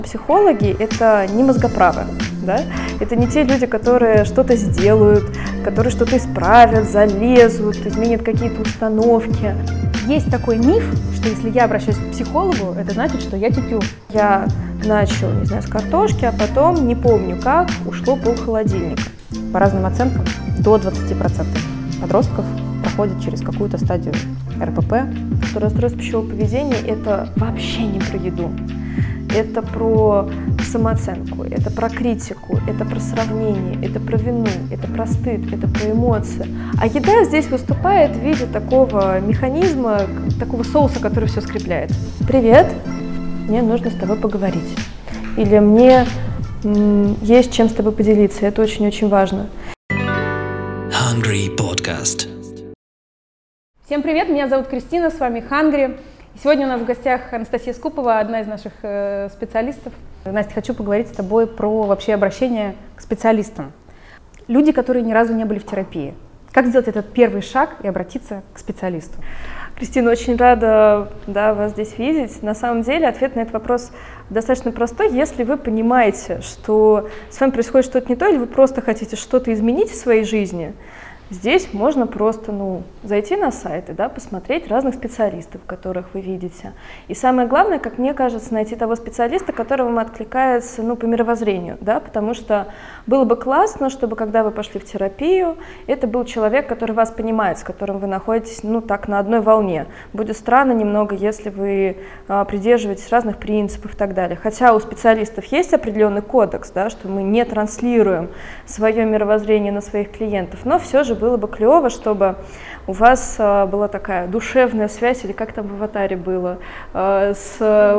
Психологи – это не мозгоправы, да? Это не те люди, которые что-то сделают, которые что-то исправят, залезут, изменят какие-то установки. Есть такой миф, что если я обращаюсь к психологу, это значит, что я тю-тю. Я начал, с картошки, а потом, не помню как, ушло полхолодильника. По разным оценкам, до 20% подростков проходят через какую-то стадию РПП. Расстройство пищевого поведения – это вообще не про еду. Это про самооценку, это про критику, это про сравнение, это про вину, это про стыд, это про эмоции. А еда здесь выступает в виде такого механизма, такого соуса, который все скрепляет. «Привет, мне нужно с тобой поговорить». Или «мне есть чем с тобой поделиться». Это очень-очень важно. Hungry Podcast. Всем привет, меня зовут Кристина, с вами Hungry. Сегодня у нас в гостях Анастасия Скупова, одна из наших специалистов. Настя, хочу поговорить с тобой про вообще обращение к специалистам. Люди, которые ни разу не были в терапии. Как сделать этот первый шаг и обратиться к специалисту? Кристина, очень рада вас здесь видеть. На самом деле ответ на этот вопрос достаточно простой. Если вы понимаете, что с вами происходит что-то не то, или вы просто хотите что-то изменить в своей жизни, здесь можно просто зайти на сайты, посмотреть разных специалистов, которых вы видите. И самое главное, как мне кажется, найти того специалиста, который вам откликается по мировоззрению. Потому что было бы классно, чтобы когда вы пошли в терапию, это был человек, который вас понимает, с которым вы находитесь так на одной волне. Будет странно немного, если вы придерживаетесь разных принципов и так далее. Хотя у специалистов есть определенный кодекс, что мы не транслируем свое мировоззрение на своих клиентов, но все же было бы клево, чтобы у вас была такая душевная связь, или как там в «Аватаре» было, вот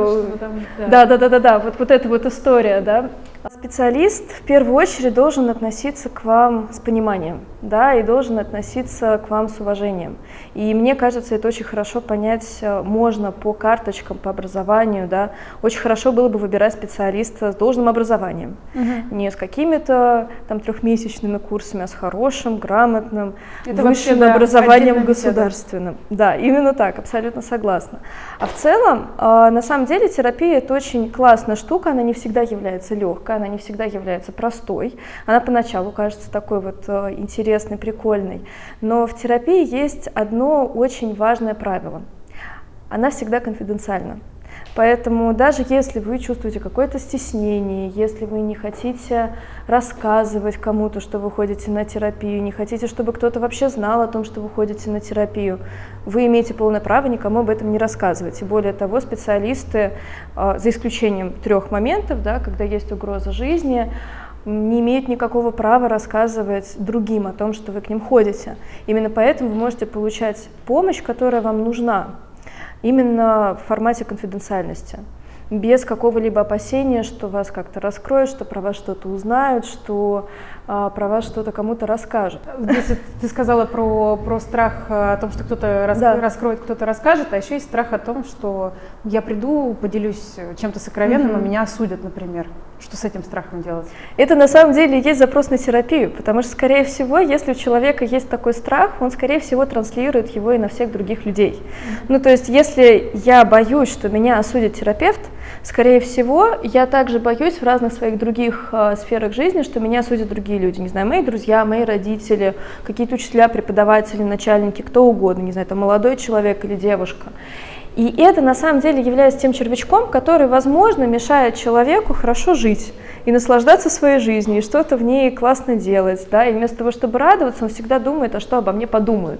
эта вот история, да. Специалист в первую очередь должен относиться к вам с пониманием, и должен относиться к вам с уважением. И мне кажется, это очень хорошо понять можно по карточкам, по образованию, Очень хорошо было бы выбирать специалиста с должным образованием, не с какими-то трехмесячными курсами, а с хорошим, грамотным, высшим образованием государственным. Да, именно так, абсолютно согласна. А в целом, на самом деле, терапия – это очень классная штука, она не всегда является легкой, она не всегда является простой. Она поначалу кажется такой интересной, прикольной. Но в терапии есть одно очень важное правило. Она всегда конфиденциальна. Поэтому даже если вы чувствуете какое-то стеснение, если вы не хотите рассказывать кому-то, что вы ходите на терапию, не хотите, чтобы кто-то вообще знал о том, что вы ходите на терапию, вы имеете полное право никому об этом не рассказывать. И более того, специалисты, за исключением 3 моментов, когда есть угроза жизни, не имеют никакого права рассказывать другим о том, что вы к ним ходите. Именно поэтому вы можете получать помощь, которая вам нужна, именно в формате конфиденциальности, без какого-либо опасения, что вас как-то раскроют, что про вас что-то узнают, что про вас что-то кому-то расскажут. Здесь ты сказала про страх о том, что кто-то раскроет, кто-то расскажет, а еще есть страх о том, что я приду, поделюсь чем-то сокровенным, а меня осудят, например. Что с этим страхом делать? Это на самом деле есть запрос на терапию, потому что, скорее всего, если у человека есть такой страх, он, скорее всего, транслирует его и на всех других людей. То есть, если я боюсь, что меня осудит терапевт, скорее всего, я также боюсь в разных своих других сферах жизни, что меня осудят другие люди. Не знаю, мои друзья, мои родители, какие-то учителя, преподаватели, начальники, кто угодно, не знаю, это молодой человек или девушка. И это на самом деле является тем червячком, который, возможно, мешает человеку хорошо жить и наслаждаться своей жизнью, и что-то в ней классно делать. И вместо того, чтобы радоваться, он всегда думает, а что обо мне подумают.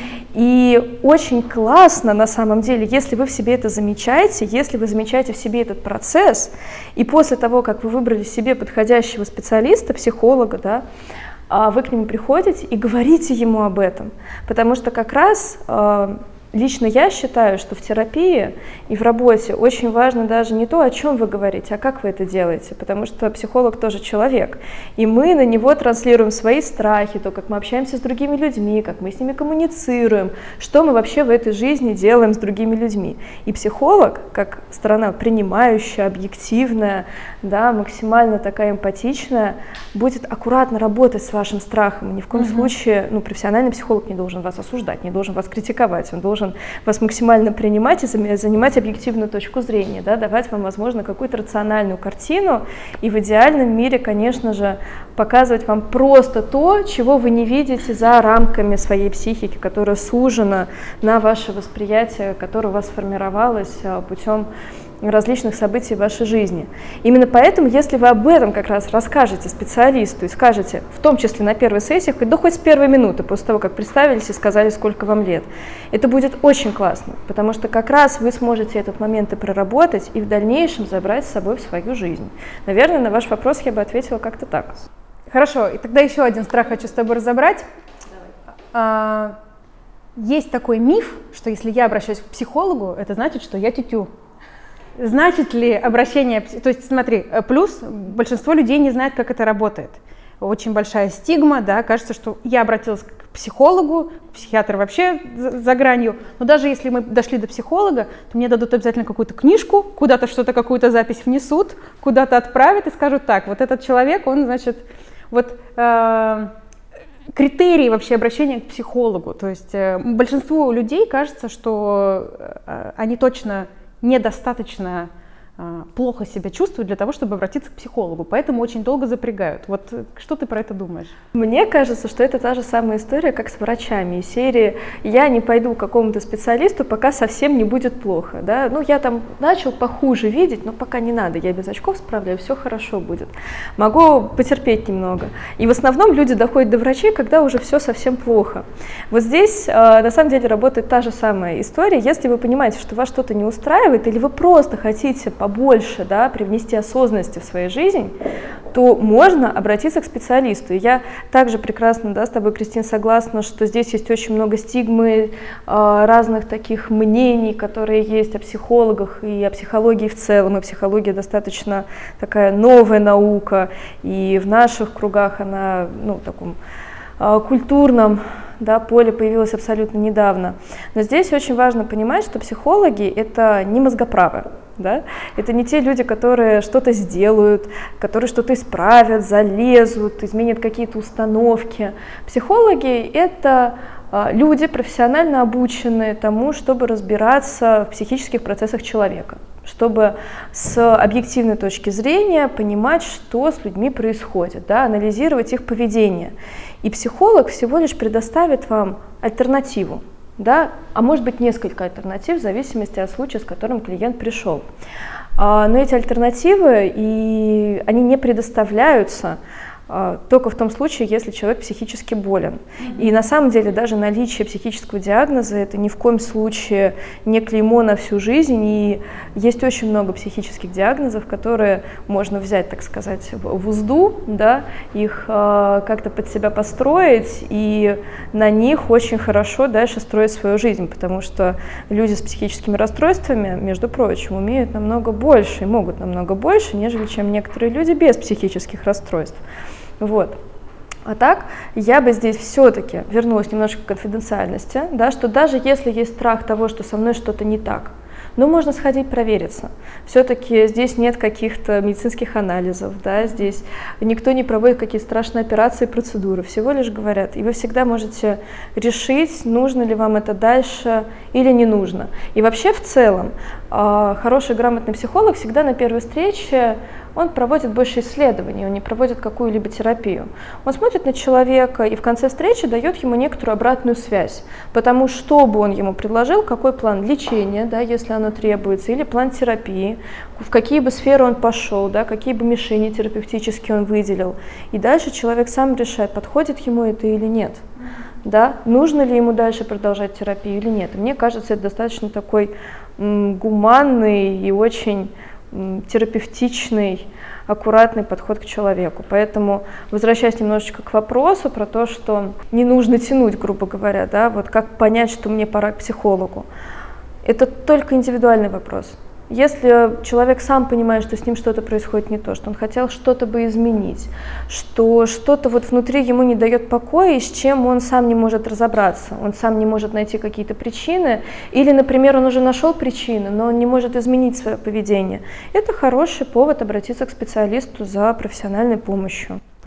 И очень классно, на самом деле, если вы в себе это замечаете, если вы замечаете в себе этот процесс, и после того, как вы выбрали себе подходящего специалиста, психолога, вы к нему приходите и говорите ему об этом. Потому что как раз лично я считаю, что в терапии и в работе очень важно даже не то, о чем вы говорите, а как вы это делаете, потому что психолог тоже человек, и мы на него транслируем свои страхи, то, как мы общаемся с другими людьми, как мы с ними коммуницируем, что мы вообще в этой жизни делаем с другими людьми. И психолог, как сторона принимающая, объективная, максимально такая эмпатичная, будет аккуратно работать с вашим страхом. Ни в коем случае, профессиональный психолог не должен вас осуждать, не должен вас критиковать, он должен должен вас максимально принимать и занимать объективную точку зрения, да, давать вам, возможно, какую-то рациональную картину и в идеальном мире, конечно же, показывать вам просто то, чего вы не видите за рамками своей психики, которая сужена на ваше восприятие, которое у вас сформировалось путем различных событий в вашей жизни. Именно поэтому, если вы об этом как раз расскажете специалисту и скажете, в том числе на первой сессии, да хоть с первой минуты, после того, как представились и сказали, сколько вам лет, это будет очень классно, потому что как раз вы сможете этот момент и проработать, и в дальнейшем забрать с собой в свою жизнь. Наверное, на ваш вопрос я бы ответила как-то так. Хорошо, и тогда еще один страх хочу с тобой разобрать. Есть такой миф, что если я обращаюсь к психологу, это значит, что я тю-тю. Значит ли обращение, то есть смотри, плюс большинство людей не знает, как это работает. Очень большая стигма, да, кажется, что я обратилась к психологу, психиатр вообще за гранью, но даже если мы дошли до психолога, то мне дадут обязательно какую-то книжку, куда-то что-то, какую-то запись внесут, куда-то отправят и скажут так, вот этот человек, он, значит, вот критерии вообще обращения к психологу, то есть большинству людей кажется, что они точно недостаточно плохо себя чувствуют для того, чтобы обратиться к психологу, поэтому очень долго запрягают. Вот что ты про это думаешь? Мне кажется, что это та же самая история, как с врачами. Из серии «я не пойду к какому-то специалисту, пока совсем не будет плохо». Да? Ну, я там начал похуже видеть, но пока не надо, я без очков справляюсь, все хорошо будет. Могу потерпеть немного. И в основном люди доходят до врачей, когда уже все совсем плохо. Вот здесь на самом деле работает та же самая история. Если вы понимаете, что вас что-то не устраивает, или вы просто хотите побольше, да, привнести осознанности в свою жизнь, то можно обратиться к специалисту. И я также прекрасно, да, с тобой, Кристин, согласна, что здесь есть очень много стигмы, разных таких мнений, которые есть о психологах и о психологии в целом. И психология достаточно такая новая наука, и в наших кругах она, ну, в таком культурном, да, поле появилась абсолютно недавно. Но здесь очень важно понимать, что психологи — это не мозгоправы. Да? Это не те люди, которые что-то сделают, которые что-то исправят, залезут, изменят какие-то установки. Психологи — это люди, профессионально обученные тому, чтобы разбираться в психических процессах человека, чтобы с объективной точки зрения понимать, что с людьми происходит, да, анализировать их поведение. И психолог всего лишь предоставит вам альтернативу. Да, а может быть несколько альтернатив в зависимости от случая, с которым клиент пришел. Но эти альтернативы, они не предоставляются только в том случае, если человек психически болен. И на самом деле даже наличие психического диагноза — это ни в коем случае не клеймо на всю жизнь. И есть очень много психических диагнозов, которые можно взять, так сказать, в узду, да, их как-то под себя построить, и на них очень хорошо дальше строить свою жизнь, потому что люди с психическими расстройствами, между прочим, умеют намного больше и могут намного больше, нежели чем некоторые люди без психических расстройств. Вот. А так, я бы здесь все-таки вернулась немножко к конфиденциальности, да, что даже если есть страх того, что со мной что-то не так, но можно сходить провериться. Все-таки здесь нет каких-то медицинских анализов, да, здесь никто не проводит какие-то страшные операции и процедуры, всего лишь говорят. И вы всегда можете решить, нужно ли вам это дальше или не нужно. И вообще в целом хороший грамотный психолог всегда на первой встрече он проводит больше исследований, он не проводит какую-либо терапию. Он смотрит на человека и в конце встречи дает ему некоторую обратную связь, потому что бы он ему предложил, какой план лечения, да, если оно требуется, или план терапии, в какие бы сферы он пошел, да, какие бы мишени терапевтические он выделил. И дальше человек сам решает, подходит ему это или нет. Да, нужно ли ему дальше продолжать терапию или нет. И мне кажется, это достаточно такой гуманный и очень терапевтичный, аккуратный подход к человеку. Поэтому, возвращаясь немножечко к вопросу про то, что не нужно тянуть, грубо говоря, да, вот как понять, что мне пора к психологу, это только индивидуальный вопрос. Если человек сам понимает, что с ним что-то происходит не то, что он хотел что-то бы изменить, что что-то вот внутри ему не дает покоя, и с чем он сам не может разобраться, он сам не может найти какие-то причины, или, например, он уже нашел причины, но он не может изменить свое поведение, это хороший повод обратиться к специалисту за профессиональной помощью.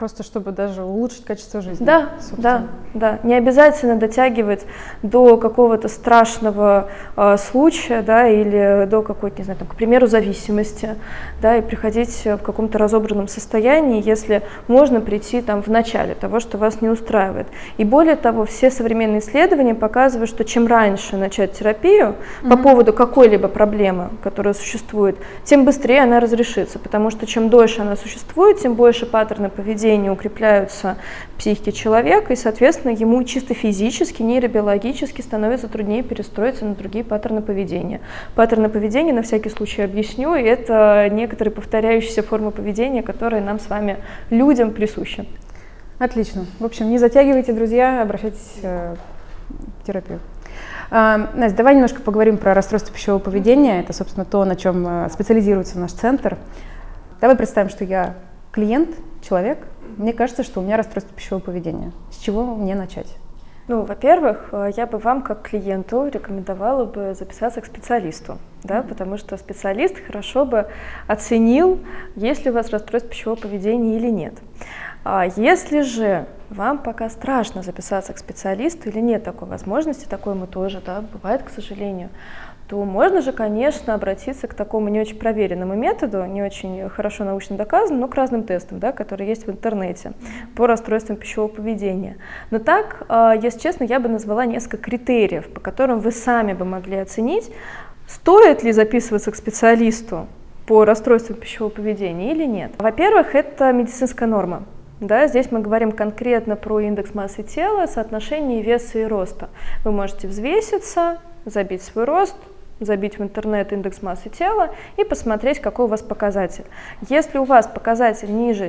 просто чтобы даже улучшить качество жизни. Да, собственно. да. Не обязательно дотягивать до какого-то страшного случая, да, или до какой-то, не знаю, там, к примеру, зависимости, да, и приходить в каком-то разобранном состоянии, если можно прийти там в начале того, что вас не устраивает. И более того, все современные исследования показывают, что чем раньше начать терапию по поводу какой-либо проблемы, которая существует, тем быстрее она разрешится, потому что чем дольше она существует, тем больше паттерны поведения укрепляются в психике человека, и, соответственно, ему чисто физически, нейробиологически становится труднее перестроиться на другие паттерны поведения. Паттерны поведения, на всякий случай объясню, это некоторые повторяющиеся формы поведения, которые нам с вами, людям, присущи. Отлично. В общем, не затягивайте, друзья, обращайтесь в терапию. Настя, давай немножко поговорим про расстройство пищевого поведения. Это, собственно, то, на чем специализируется наш центр. Давай представим, что я клиент, человек. Мне кажется, что у меня расстройство пищевого поведения. С чего мне начать? Ну, во-первых, я бы вам, как клиенту, рекомендовала бы записаться к специалисту, да, потому что специалист хорошо бы оценил, есть ли у вас расстройство пищевого поведения или нет. А если же вам пока страшно записаться к специалисту или нет такой возможности, такое мы тоже, да, бывает, к сожалению, то можно же, конечно, обратиться к такому не очень проверенному методу, не очень хорошо научно доказанному, но к разным тестам, да, которые есть в интернете по расстройствам пищевого поведения. Но так, если честно, я бы назвала несколько критериев, по которым вы сами бы могли оценить, стоит ли записываться к специалисту по расстройствам пищевого поведения или нет. Во-первых, это медицинская норма. Да, здесь мы говорим конкретно про индекс массы тела, соотношение веса и роста. Вы можете взвеситься, забить свой рост, забить в интернет индекс массы тела и посмотреть, какой у вас показатель. Если у вас показатель ниже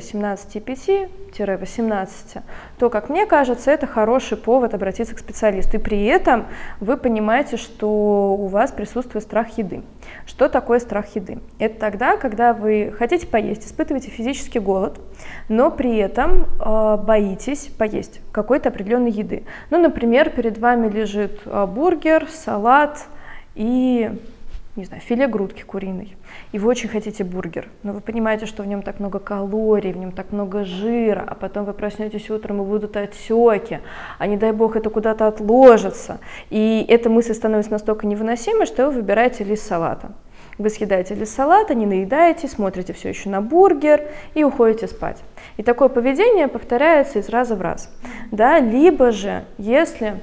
17,5-18, то, как мне кажется, это хороший повод обратиться к специалисту. И при этом вы понимаете, что у вас присутствует страх еды. Что такое страх еды? Это тогда, когда вы хотите поесть, испытываете физический голод, но при этом боитесь поесть какой-то определенной еды. Ну, например, перед вами лежит бургер, салат и, не знаю, филе грудки куриной, и вы очень хотите бургер, но вы понимаете, что в нем так много калорий, в нем так много жира, а потом вы проснетесь утром и будут отеки, а не дай бог это куда-то отложится, и эта мысль становится настолько невыносимой, что вы выбираете лист салата. Вы съедаете лист салата, не наедаетесь, смотрите все еще на бургер и уходите спать. И такое поведение повторяется из раза в раз. Да? Либо же, если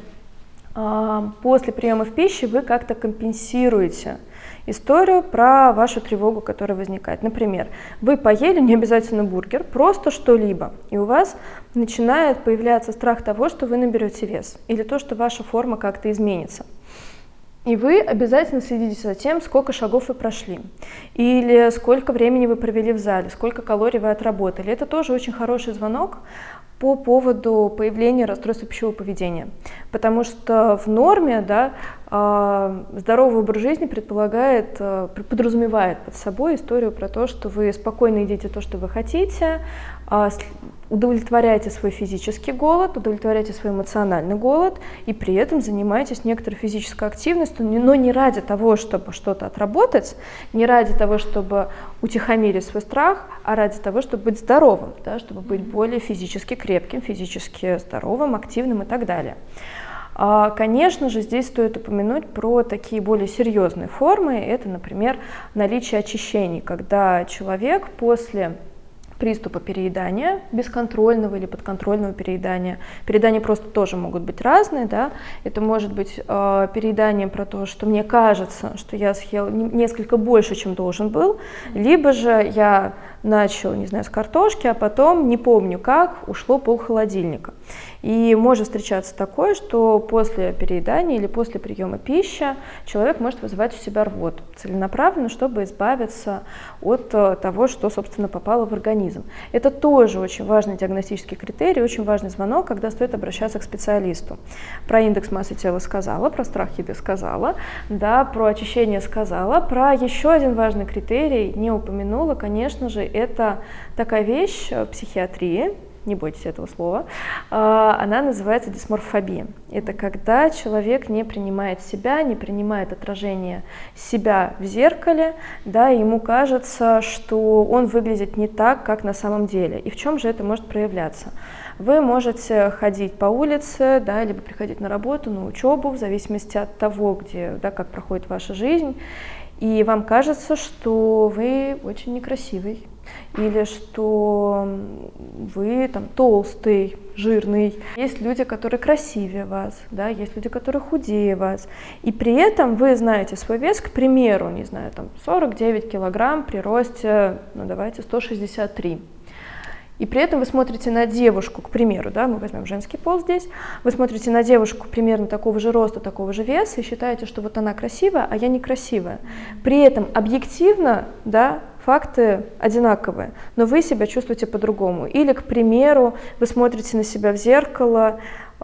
после приема пищи вы как-то компенсируете историю про вашу тревогу, которая возникает. Например, вы поели, не обязательно бургер, просто что-либо, и у вас начинает появляться страх того, что вы наберете вес, или то, что ваша форма как-то изменится. И вы обязательно следите за тем, сколько шагов вы прошли, или сколько времени вы провели в зале, сколько калорий вы отработали. Это тоже очень хороший звонок по поводу появления расстройства пищевого поведения. Потому что в норме, да, здоровый образ жизни подразумевает под собой историю про то, что вы спокойно едите то, что вы хотите, удовлетворяете свой физический голод, удовлетворяете свой эмоциональный голод и при этом занимаетесь некоторой физической активностью, но не ради того, чтобы что-то отработать, не ради того, чтобы утихомирить свой страх, а ради того, чтобы быть здоровым, да, чтобы быть более физически крепким, физически здоровым, активным и так далее. Конечно же, здесь стоит упомянуть про такие более серьезные формы. Это, например, наличие очищений, когда человек после приступа переедания, бесконтрольного или подконтрольного переедания. Переедания просто тоже могут быть разные, да. Это может быть переедание про то, что мне кажется, что я съел несколько больше, чем должен был, либо же я начал, не знаю, с картошки, а потом, не помню как, ушло пол-холодильника. И может встречаться такое, что после переедания или после приема пищи человек может вызывать у себя рвоту целенаправленно, чтобы избавиться от того, что, собственно, попало в организм. Это тоже очень важный диагностический критерий, очень важный звонок, когда стоит обращаться к специалисту. Про индекс массы тела сказала, про страх еды сказала, да, про очищение сказала, про еще один важный критерий не упомянула, конечно же, это такая вещь в психиатрии, не бойтесь этого слова, она называется дисморфобия. Это когда человек не принимает себя, не принимает отражение себя в зеркале, да, и ему кажется, что он выглядит не так, как на самом деле. И в чем же это может проявляться? Вы можете ходить по улице, да, либо приходить на работу, на учебу, в зависимости от того, где, да, как проходит ваша жизнь, и вам кажется, что вы очень некрасивый, или что вы там толстый, жирный. Есть люди, которые красивее вас, да, есть люди, которые худее вас, и при этом вы знаете свой вес, к примеру, не знаю, там 49 килограмм при росте, ну давайте, 163. И при этом вы смотрите на девушку, к примеру, да, мы возьмем женский пол здесь, вы смотрите на девушку примерно такого же роста, такого же веса и считаете, что вот она красивая, а я некрасивая. При этом объективно, да, факты одинаковые, но вы себя чувствуете по-другому. Или, к примеру, вы смотрите на себя в зеркало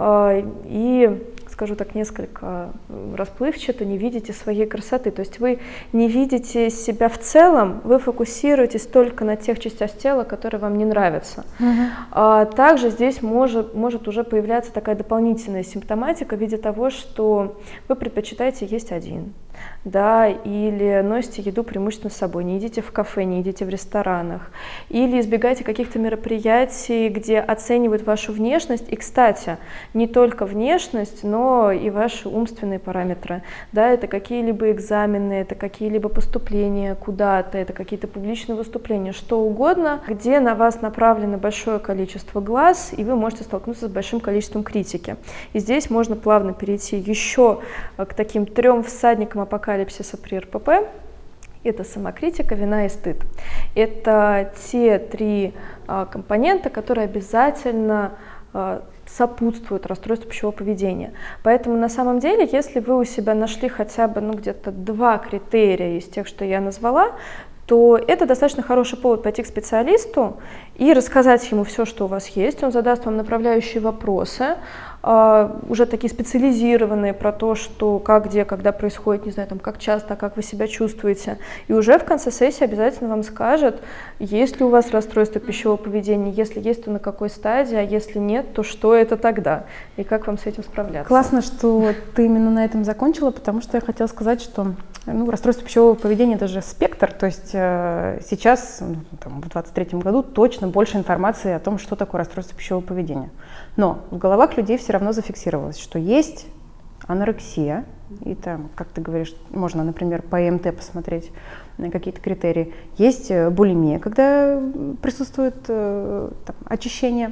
и, скажу так несколько расплывчато, не видите своей красоты. То есть вы не видите себя в целом, вы фокусируетесь только на тех частях тела, которые вам не нравятся. Также здесь может уже появляться такая дополнительная симптоматика в виде того, что вы предпочитаете есть один, да, или носите еду преимущественно с собой, не едите в кафе, не едите в ресторанах, или избегаете каких-то мероприятий, где оценивают вашу внешность. И, кстати, не только внешность, но и ваши умственные параметры. Да, это какие-либо экзамены, это какие-либо поступления куда-то, это какие-то публичные выступления, что угодно, где на вас направлено большое количество глаз, и вы можете столкнуться с большим количеством критики. И здесь можно плавно перейти еще к таким 3 всадникам апокалипсиса при РПП. Это самокритика, вина и стыд. Это те 3 компонента, которые обязательно сопутствуют расстройству пищевого поведения. Поэтому на самом деле, если вы у себя нашли хотя бы где-то 2 критерия из тех, что я назвала, то это достаточно хороший повод пойти к специалисту и рассказать ему все, что у вас есть. Он задаст вам направляющие вопросы, уже такие специализированные про то, что как, где, когда происходит, не знаю, там, как часто, как вы себя чувствуете. И уже в конце сессии обязательно вам скажет, есть ли у вас расстройство пищевого поведения, если есть, то на какой стадии, а если нет, то что это тогда, и как вам с этим справляться. Классно, что ты именно на этом закончила, потому что я хотела сказать, что расстройство пищевого поведения – это же спектр, то есть сейчас, в 2023 году, точно больше информации о том, что такое расстройство пищевого поведения. Но в головах людей все равно зафиксировалось, что есть анорексия, и там, как ты говоришь, можно, например, по ЭМТ посмотреть на какие-то критерии. Есть булимия, когда присутствует очищение.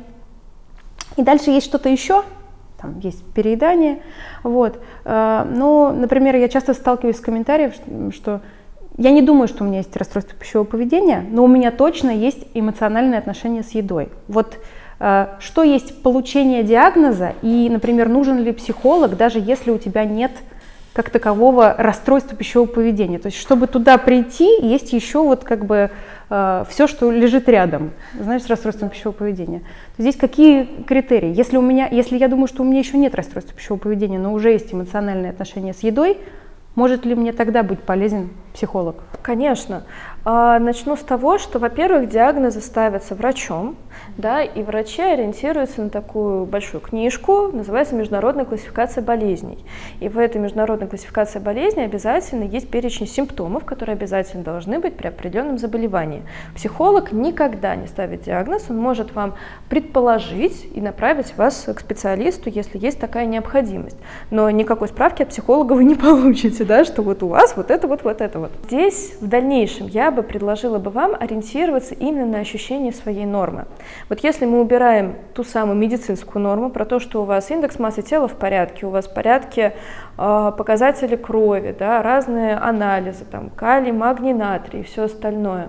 И дальше есть что-то еще, там есть переедание. Вот. Но, например, я часто сталкиваюсь с комментарием, что я не думаю, что у меня есть расстройство пищевого поведения, но у меня точно есть эмоциональные отношения с едой. Вот что есть получение диагноза и, например, нужен ли психолог, даже если у тебя нет как такового расстройства пищевого поведения. То есть, чтобы туда прийти, есть еще вот как бы все, что лежит рядом, знаешь, с расстройством пищевого поведения. Здесь какие критерии? Если я думаю, что у меня еще нет расстройства пищевого поведения, но уже есть эмоциональные отношения с едой, может ли мне тогда быть полезен психолог? Конечно. Начну с того, что, во-первых, диагнозы ставятся врачом, да, и врачи ориентируются на такую большую книжку, называется «Международная классификация болезней». И в этой международной классификации болезней обязательно есть перечень симптомов, которые обязательно должны быть при определенном заболевании. Психолог никогда не ставит диагноз, он может вам предположить и направить вас к специалисту, если есть такая необходимость. Но никакой справки от психолога вы не получите, да, что вот у вас вот это вот, вот это вот. Здесь в дальнейшем я бы предложила бы вам ориентироваться именно на ощущение своей нормы. Вот если мы убираем ту самую медицинскую норму про то, что у вас индекс массы тела в порядке, у вас в порядке показатели крови, да, разные анализы, там, калий, магний, натрий и все остальное,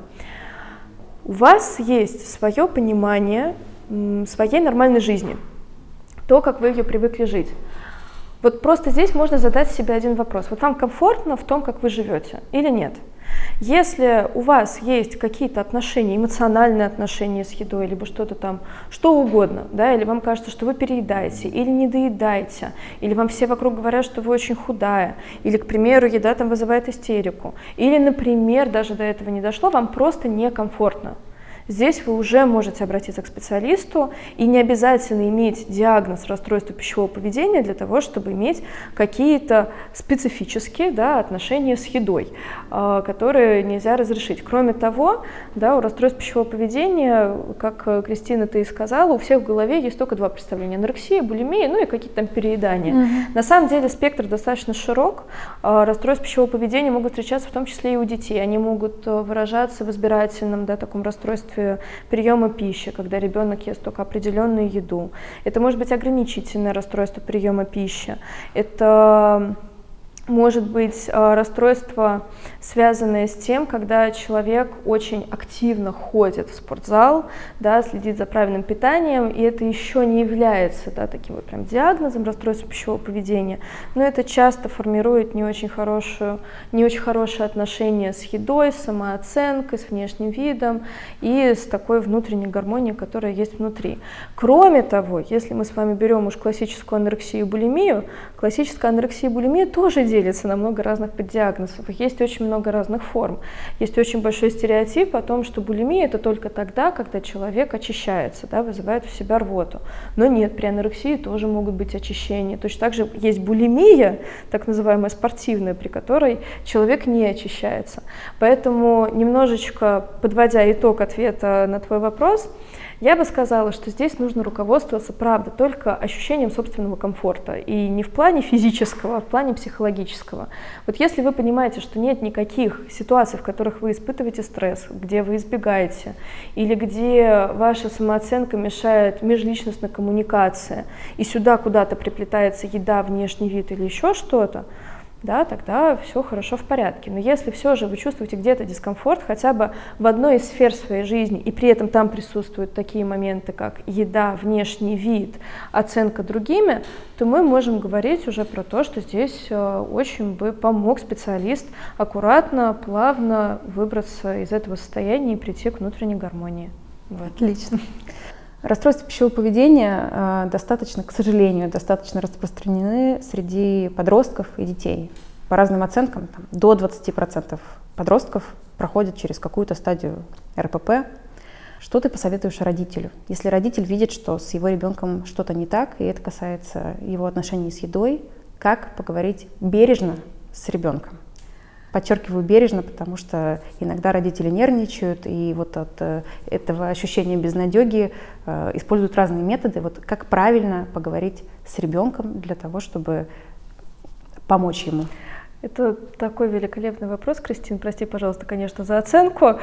у вас есть свое понимание своей нормальной жизни, то, как вы ее привыкли жить. Вот просто здесь можно задать себе один вопрос. Вот вам комфортно в том, как вы живете, или нет? Если у вас есть какие-то отношения, эмоциональные отношения с едой, либо что-то там, что угодно, да, или вам кажется, что вы переедаете, или недоедаете, или вам все вокруг говорят, что вы очень худая, или, к примеру, еда там вызывает истерику, или, например, даже до этого не дошло, вам просто некомфортно. Здесь вы уже можете обратиться к специалисту, и не обязательно иметь диагноз расстройства пищевого поведения для того, чтобы иметь какие-то специфические, да, отношения с едой, которые нельзя разрешить. Кроме того, да, у расстройства пищевого поведения, как Кристина ты и сказала, у всех в голове есть только два представления: анорексия, булимия, ну и какие-то там переедания. На самом деле спектр достаточно широк. Расстройства пищевого поведения могут встречаться в том числе и у детей. Они могут выражаться в избирательном, да, таком расстройстве приема пищи, когда ребенок ест только определенную еду. Это может быть ограничительное расстройство приема пищи. Это может быть расстройство, связанное с тем, когда человек очень активно ходит в спортзал, да, следит за правильным питанием, и это еще не является, да, таким вот прям диагнозом расстройства пищевого поведения, но это часто формирует не очень хорошее отношение с едой, с самооценкой, с внешним видом и с такой внутренней гармонией, которая есть внутри. Кроме того, если мы с вами берем уж классическую анорексию и булимию, классическая анорексия и булимия тоже делится на много разных поддиагнозов. Есть очень много разных форм. Есть очень большой стереотип о том, что булимия — это только тогда, когда человек очищается, да, вызывает у себя рвоту. Но нет, при анорексии тоже могут быть очищения. Точно так же есть булимия, так называемая спортивная, при которой человек не очищается. Поэтому, немножечко подводя итог ответа на твой вопрос, я бы сказала, что здесь нужно руководствоваться, правда, только ощущением собственного комфорта. И не в плане физического, а в плане психологического. Вот если вы понимаете, что нет никаких ситуаций, в которых вы испытываете стресс, где вы избегаете, или где ваша самооценка мешает межличностной коммуникации, и сюда куда-то приплетается еда, внешний вид или еще что-то, да, тогда все хорошо в порядке. Но если все же вы чувствуете где-то дискомфорт, хотя бы в одной из сфер своей жизни, и при этом там присутствуют такие моменты, как еда, внешний вид, оценка другими, то мы можем говорить уже про то, что здесь очень бы помог специалист аккуратно, плавно выбраться из этого состояния и прийти к внутренней гармонии. Вот. Отлично. Расстройства пищевого поведения достаточно, к сожалению, достаточно распространены среди подростков и детей. По разным оценкам, до 20% подростков проходят через какую-то стадию РПП. Что ты посоветуешь родителю? Если родитель видит, что с его ребенком что-то не так, и это касается его отношений с едой, как поговорить бережно с ребенком? Подчеркиваю бережно, потому что иногда родители нервничают, и вот от этого ощущения безнадеги используют разные методы. Вот как правильно поговорить с ребенком для того, чтобы помочь ему? Это такой великолепный вопрос, Кристин, прости, пожалуйста, конечно, за оценку,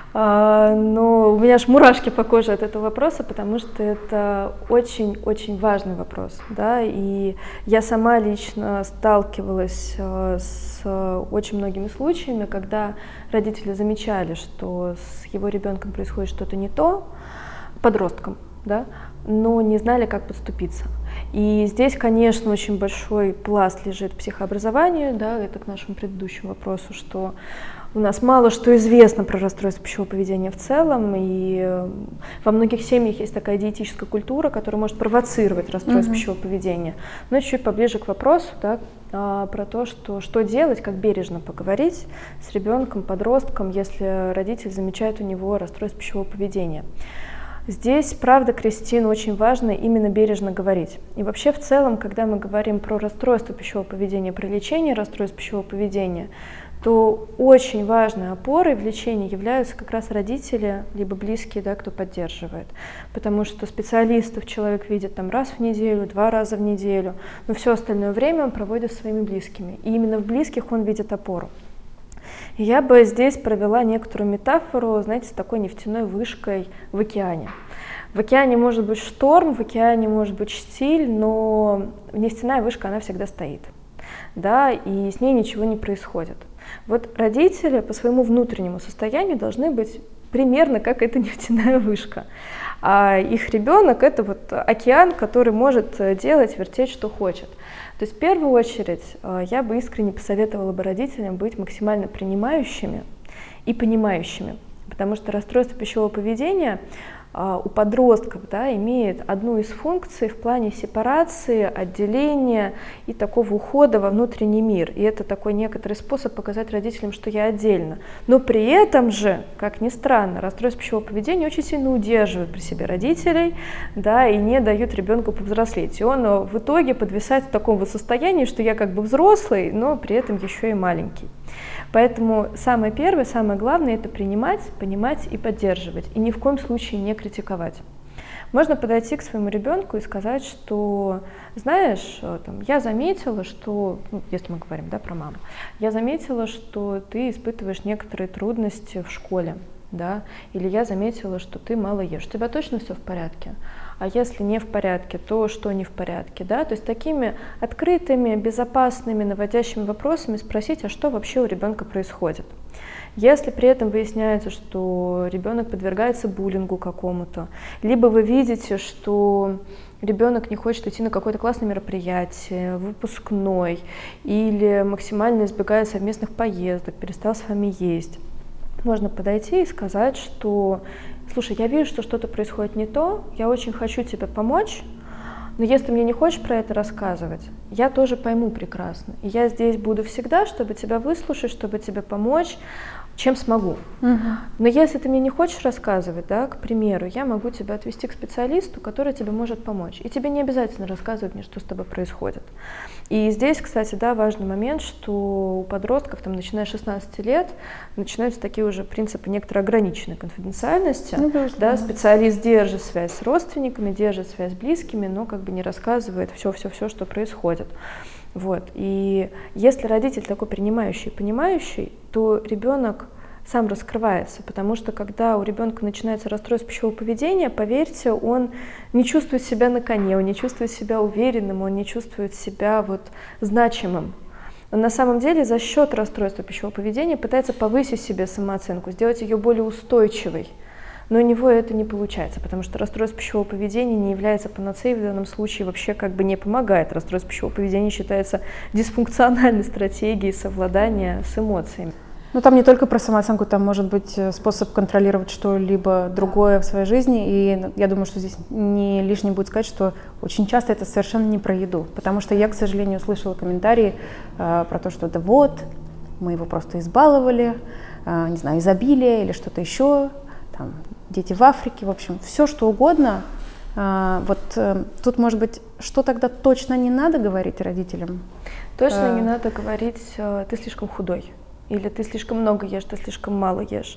но у меня аж мурашки по коже от этого вопроса, потому что это очень-очень важный вопрос, да, и я сама лично сталкивалась с очень многими случаями, когда родители замечали, что с его ребенком происходит что-то не то, подростком, да, но не знали, как подступиться. И здесь, конечно, очень большой пласт лежит психообразования, да, это к нашему предыдущему вопросу, что у нас мало что известно про расстройство пищевого поведения в целом, и во многих семьях есть такая диетическая культура, которая может провоцировать расстройство пищевого поведения. Но чуть поближе к вопросу, да, про то, что делать, как бережно поговорить с ребенком, подростком, если родитель замечает у него расстройство пищевого поведения. Здесь, правда, Кристин, очень важно именно бережно говорить. И вообще в целом, когда мы говорим про расстройство пищевого поведения, про лечение расстройств пищевого поведения, то очень важной опорой в лечении являются как раз родители, либо близкие, да, кто поддерживает. Потому что специалистов человек видит там раз в неделю, 2 раза в неделю, но все остальное время он проводит со своими близкими. И именно в близких он видит опору. Я бы здесь провела некоторую метафору, знаете, с такой нефтяной вышкой в океане. В океане может быть шторм, в океане может быть штиль, но нефтяная вышка, она всегда стоит, да, и с ней ничего не происходит. Вот родители по своему внутреннему состоянию должны быть примерно как эта нефтяная вышка. А их ребенок — это вот океан, который может делать, вертеть, что хочет. То есть в первую очередь я бы искренне посоветовала бы родителям быть максимально принимающими и понимающими, потому что расстройство пищевого поведения у подростков, да, имеет одну из функций в плане сепарации, отделения и такого ухода во внутренний мир. И это такой некоторый способ показать родителям, что я отдельно. Но при этом же, как ни странно, расстройство пищевого поведения очень сильно удерживают при себе родителей, да, и не дают ребенку повзрослеть. И он в итоге подвисает в таком вот состоянии, что я как бы взрослый, но при этом еще и маленький. Поэтому самое первое, самое главное — это принимать, понимать и поддерживать, и ни в коем случае не критиковать. Можно подойти к своему ребенку и сказать, что, знаешь, там, я заметила, что, если мы говорим, да, про маму, я заметила, что ты испытываешь некоторые трудности в школе, да, или я заметила, что ты мало ешь. У тебя точно все в порядке? А если не в порядке, то что не в порядке, да? То есть такими открытыми, безопасными, наводящими вопросами спросить, а что вообще у ребенка происходит. Если при этом выясняется, что ребенок подвергается буллингу какому-то, либо вы видите, что ребенок не хочет идти на какое-то классное мероприятие, выпускной, или максимально избегает совместных поездок, перестал с вами есть, можно подойти и сказать, что, слушай, я вижу, что что-то происходит не то, я очень хочу тебе помочь, но если ты мне не хочешь про это рассказывать, я тоже пойму прекрасно. И я здесь буду всегда, чтобы тебя выслушать, чтобы тебе помочь, чем смогу. Но если ты мне не хочешь рассказывать, да, к примеру, я могу тебя отвести к специалисту, который тебе может помочь. И тебе не обязательно рассказывать мне, что с тобой происходит. И здесь, кстати, да, важный момент, что у подростков, там, начиная с 16 лет, начинаются такие уже принципы некоторой ограниченной конфиденциальности. Да, специалист держит связь с родственниками, держит связь с близкими, но как бы не рассказывает все, что происходит. Вот. И если родитель такой принимающий и понимающий, то ребенок сам раскрывается, потому что когда у ребенка начинается расстройство пищевого поведения, поверьте, он не чувствует себя на коне, он не чувствует себя уверенным, он не чувствует себя вот значимым. Он на самом деле за счет расстройства пищевого поведения пытается повысить себе самооценку, сделать ее более устойчивой. Но у него это не получается, потому что расстройство пищевого поведения не является панацеей, в данном случае вообще как бы не помогает. Расстройство пищевого поведения считается дисфункциональной стратегией совладания с эмоциями. Ну, там не только про самооценку, там может быть способ контролировать что-либо другое в своей жизни. И я думаю, что здесь не лишним будет сказать, что очень часто это совершенно не про еду. Потому что я, к сожалению, слышала комментарии про то, что да вот, мы его просто избаловали, не знаю, изобилие или что-то еще, там, дети в Африке, в общем, все что угодно. Тут, может быть, что тогда точно не надо говорить родителям? Точно не надо говорить, ты слишком худой. Или ты слишком много ешь, ты слишком мало ешь.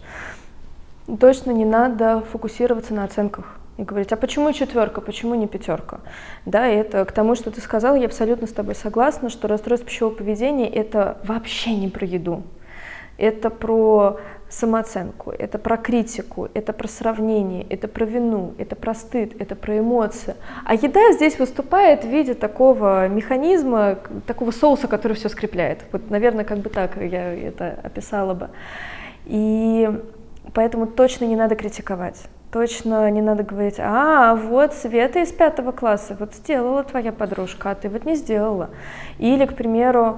Точно не надо фокусироваться на оценках и говорить, а почему 4, почему не 5? Да, и это к тому, что ты сказала, я абсолютно с тобой согласна, что расстройство пищевого поведения — это вообще не про еду. Это про самооценку, это про критику, это про сравнение, это про вину, это про стыд, это про эмоции. А еда здесь выступает в виде такого механизма, такого соуса, который все скрепляет. Вот, наверное, как бы так я это описала бы. И поэтому точно не надо критиковать. Точно не надо говорить, вот Света из 5 класса, вот сделала твоя подружка, а ты вот не сделала. Или, к примеру,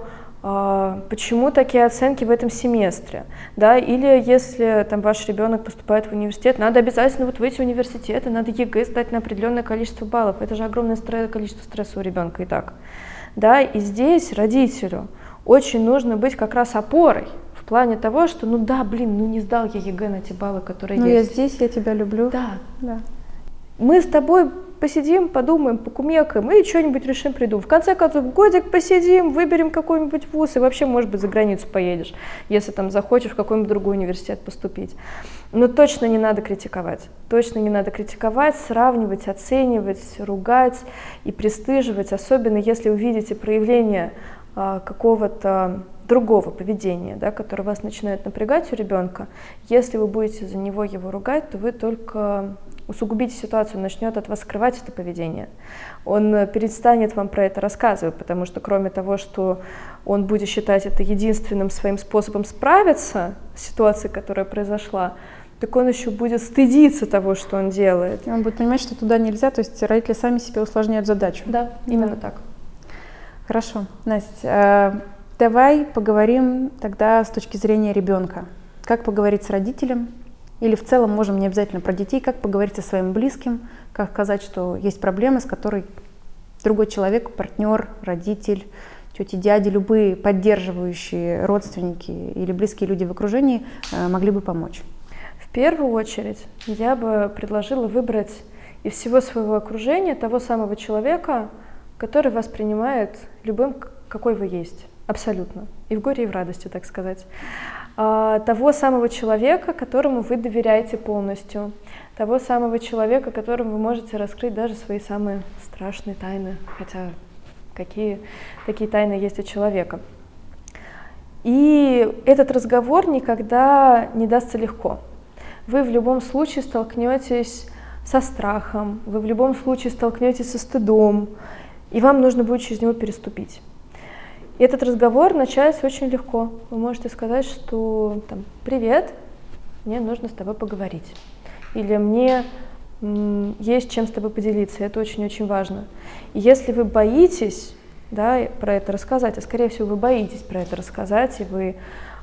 почему такие оценки в этом семестре, да, или если там ваш ребенок поступает в университет, надо обязательно вот в эти университеты, надо ЕГЭ сдать на определенное количество баллов, это же огромное количество стресса у ребенка и так, да, и здесь родителю очень нужно быть как раз опорой в плане того, что, не сдал я ЕГЭ на те баллы, которые есть. Но я здесь, я тебя люблю. Да. Мы с тобой посидим, подумаем, покумекаем и что-нибудь решим, придумаем. В конце концов, годик посидим, выберем какой-нибудь вуз и вообще, может быть, за границу поедешь, если там захочешь в какой-нибудь другой университет поступить. Но точно не надо критиковать. Точно не надо критиковать, сравнивать, оценивать, ругать и пристыживать, особенно если увидите проявление какого-то другого поведения, да, которое вас начинает напрягать у ребенка. Если вы будете за него его ругать, то вы только усугубите ситуацию, он начнет от вас скрывать это поведение. Он перестанет вам про это рассказывать, потому что кроме того, что он будет считать это единственным своим способом справиться с ситуацией, которая произошла, так он еще будет стыдиться того, что он делает. И он будет понимать, что туда нельзя, то есть родители сами себе усложняют задачу. Да, именно так. Хорошо. Настя, давай поговорим тогда с точки зрения ребенка. Как поговорить с родителем, Или в целом можем не обязательно про детей, как поговорить со своим близким, как сказать, что есть проблемы, с которой другой человек, партнер, родитель, тети, дяди, любые поддерживающие родственники или близкие люди в окружении могли бы помочь? В первую очередь я бы предложила выбрать из всего своего окружения того самого человека, который вас принимает любым, какой вы есть, абсолютно, и в горе, и в радости, так сказать. Того самого человека, которому вы доверяете полностью, того самого человека, которому вы можете раскрыть даже свои самые страшные тайны, хотя какие такие тайны есть у человека. И этот разговор никогда не дастся легко. Вы в любом случае столкнетесь со страхом, вы в любом случае столкнетесь со стыдом, и вам нужно будет через него переступить. И этот разговор начать очень легко. Вы можете сказать, что там, «Привет, мне нужно с тобой поговорить». Или «Мне есть чем с тобой поделиться». Это очень-очень важно. И если вы боитесь, да, про это рассказать, а скорее всего вы боитесь про это рассказать, и вы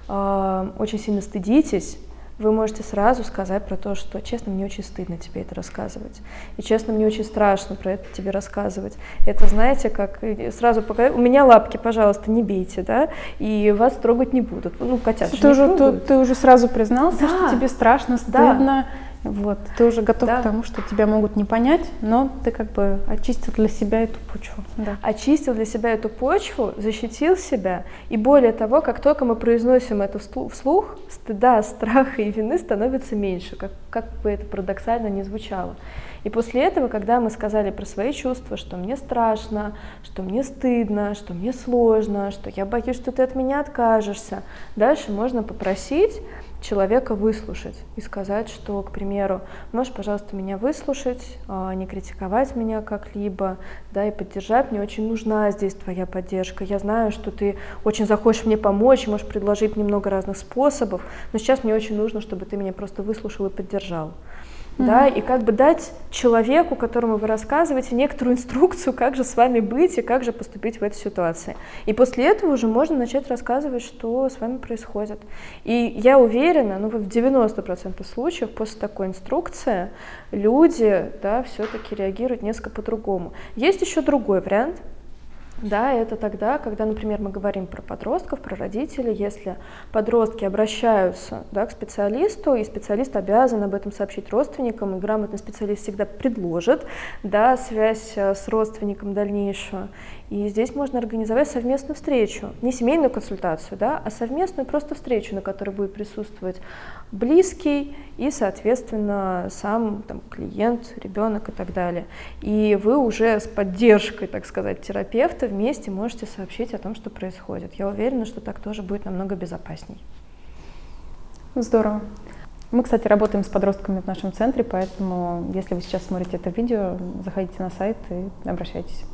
очень сильно стыдитесь, вы можете сразу сказать про то, что честно, мне очень стыдно тебе это рассказывать. И честно, мне очень страшно про это тебе рассказывать. Это, знаете, как сразу показать, у меня лапки, пожалуйста, не бейте, да, и вас трогать не будут. Ну, котят же не трогают. Ты уже сразу признался, Да. что тебе страшно, стыдно. Вот, ты уже готов к тому, что тебя могут не понять, но ты как бы очистил для себя эту почву. Да. Очистил для себя эту почву, защитил себя. И более того, как только мы произносим это вслух, стыда, страха и вины становится меньше, как бы это парадоксально ни звучало. И после этого, когда мы сказали про свои чувства, что мне страшно, что мне стыдно, что мне сложно, что я боюсь, что ты от меня откажешься, дальше можно попросить человека выслушать и сказать, что, к примеру, можешь, пожалуйста, меня выслушать, не критиковать меня как-либо, да, и поддержать, мне очень нужна здесь твоя поддержка. Я знаю, что ты очень захочешь мне помочь, можешь предложить мне много разных способов, но сейчас мне очень нужно, чтобы ты меня просто выслушал и поддержал. Да, и как бы дать человеку, которому вы рассказываете, некоторую инструкцию, как же с вами быть и как же поступить в этой ситуации. И после этого уже можно начать рассказывать, что с вами происходит. И я уверена, ну, в 90% случаев после такой инструкции люди, да, все-таки реагируют несколько по-другому. Есть еще другой вариант. Да, это тогда, когда, например, мы говорим про подростков, про родителей, если подростки обращаются, да, к специалисту, и специалист обязан об этом сообщить родственникам, и грамотный специалист всегда предложит, да, связь с родственником дальнейшую. И здесь можно организовать совместную встречу, не семейную консультацию, да, а совместную просто встречу, на которой будет присутствовать близкий и, соответственно, сам там, клиент, ребенок и так далее. И вы уже с поддержкой, так сказать, терапевта вместе можете сообщить о том, что происходит. Я уверена, что так тоже будет намного безопасней. Здорово. Мы, кстати, работаем с подростками в нашем центре, поэтому, если вы сейчас смотрите это видео, заходите на сайт и обращайтесь.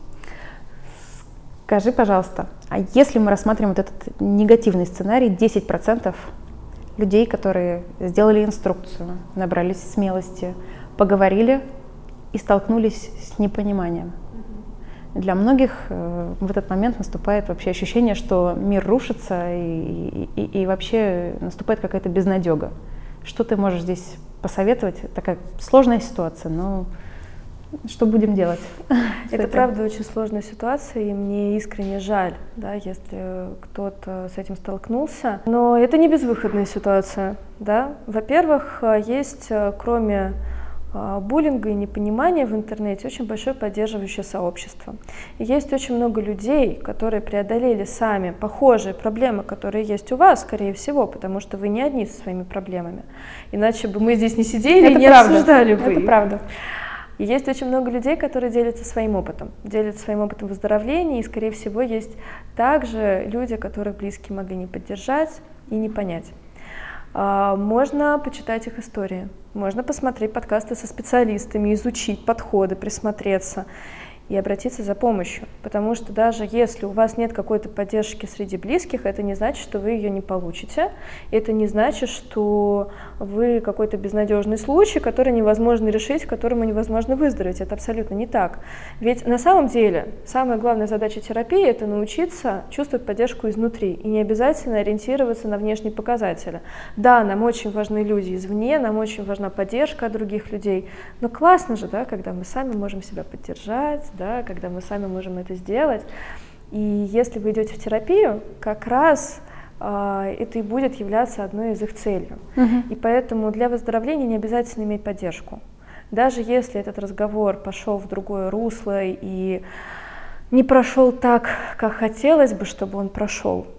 Скажи, пожалуйста, а если мы рассматриваем вот этот негативный сценарий, 10% людей, которые сделали инструкцию, набрались смелости, поговорили и столкнулись с непониманием. Для многих в этот момент наступает вообще ощущение, что мир рушится и вообще наступает какая-то безнадега. Что ты можешь здесь посоветовать? Такая сложная ситуация, но что будем делать? Это правда очень сложная ситуация, и мне искренне жаль, да, если кто-то с этим столкнулся. Но это не безвыходная ситуация. Да? Во-первых, есть, кроме буллинга и непонимания в интернете, очень большое поддерживающее сообщество. И есть очень много людей, которые преодолели сами похожие проблемы, которые есть у вас, скорее всего, потому что вы не одни со своими проблемами. Иначе бы мы здесь не сидели и не обсуждали бы их. Это правда. И есть очень много людей, которые делятся своим опытом выздоровления, и, скорее всего, есть также люди, которых близкие могли не поддержать и не понять. Можно почитать их истории, можно посмотреть подкасты со специалистами, изучить подходы, присмотреться. и обратиться за помощью. Потому что даже если у вас нет какой-то поддержки среди близких, это не значит, что вы ее не получите. Это не значит, что вы какой-то безнадежный случай, который невозможно решить, которому невозможно выздороветь. Это абсолютно не так. Ведь на самом деле самая главная задача терапии – это научиться чувствовать поддержку изнутри и не обязательно ориентироваться на внешние показатели. Да, нам очень важны люди извне, нам очень важна поддержка от других людей, но классно же, да, когда мы сами можем себя поддержать, да, когда мы сами можем это сделать. И если вы идете в терапию, как раз это и будет являться одной из их целей. И поэтому для выздоровления не обязательно иметь поддержку. Даже если этот разговор пошел в другое русло и не прошел так, как хотелось бы, чтобы он прошел,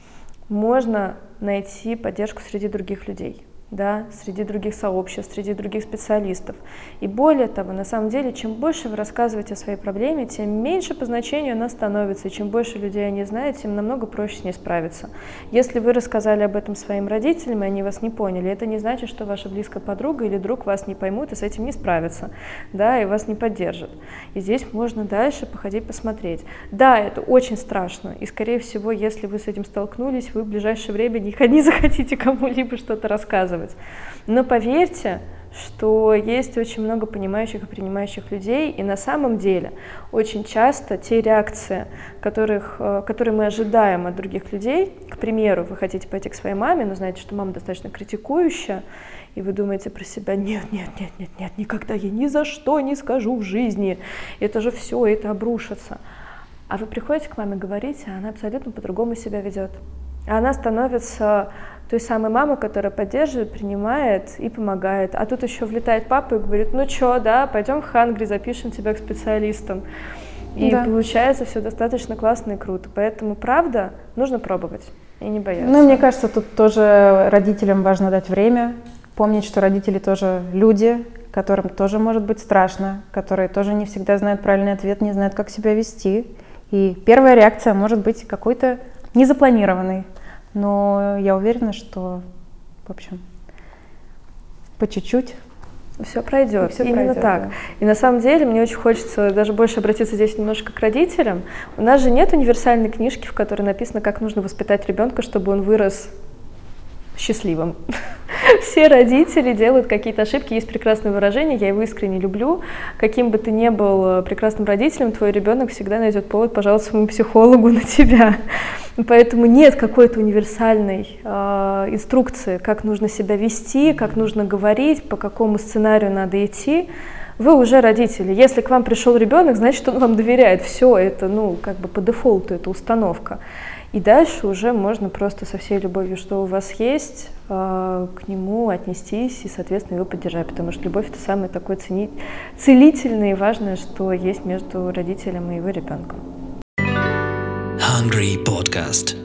можно найти поддержку среди других людей. Да, среди других сообществ, среди других специалистов. И более того, на самом деле, чем больше вы рассказываете о своей проблеме, тем меньше по значению она становится, и чем больше людей о ней знают, тем намного проще с ней справиться. Если вы рассказали об этом своим родителям, и они вас не поняли, это не значит, что ваша близкая подруга или друг вас не поймут и с этим не справятся, да, и вас не поддержат. И здесь можно дальше походить, посмотреть. Да, это очень страшно, и, скорее всего, если вы с этим столкнулись, вы в ближайшее время не захотите кому-либо что-то рассказывать. Но поверьте, что есть очень много понимающих и принимающих людей, и на самом деле очень часто те реакции, которые мы ожидаем от других людей, к примеру, вы хотите пойти к своей маме, но знаете, что мама достаточно критикующая, и вы думаете про себя: нет, никогда я ни за что не скажу в жизни, это же все, это обрушится. А вы приходите к маме, говорите, а она абсолютно по-другому себя ведет. Она становится той самой мамой, которая поддерживает, принимает и помогает. А тут еще влетает папа и говорит: ну что, да, пойдем в Хангри, запишем тебя к специалистам. И получается все достаточно классно и круто. Поэтому, правда, нужно пробовать и не бояться. Ну, мне кажется, тут тоже родителям важно дать время, помнить, что родители тоже люди, которым тоже может быть страшно, которые тоже не всегда знают правильный ответ, не знают, как себя вести. И первая реакция может быть какой-то незапланированный, но я уверена, что, в общем, по чуть-чуть все пройдет. Все Именно пройдет, так. Да. И на самом деле мне очень хочется даже больше обратиться здесь немножко к родителям. У нас же нет универсальной книжки, в которой написано, как нужно воспитать ребенка, чтобы он вырос счастливым. Все родители делают какие-то ошибки. Есть прекрасное выражение, я его искренне люблю. Каким бы ты ни был прекрасным родителем, твой ребенок всегда найдет повод пожаловаться своему психологу на тебя. Поэтому нет какой-то универсальной инструкции, как нужно себя вести, как нужно говорить, по какому сценарию надо идти. Вы уже родители. Если к вам пришел ребенок, значит, он вам доверяет. Все, это, как бы по дефолту, это установка. И дальше уже можно просто со всей любовью, что у вас есть, к нему отнестись и, соответственно, его поддержать. Потому что любовь — это самое такое целительное и важное, что есть между родителем и его ребенком. Hungry Podcast.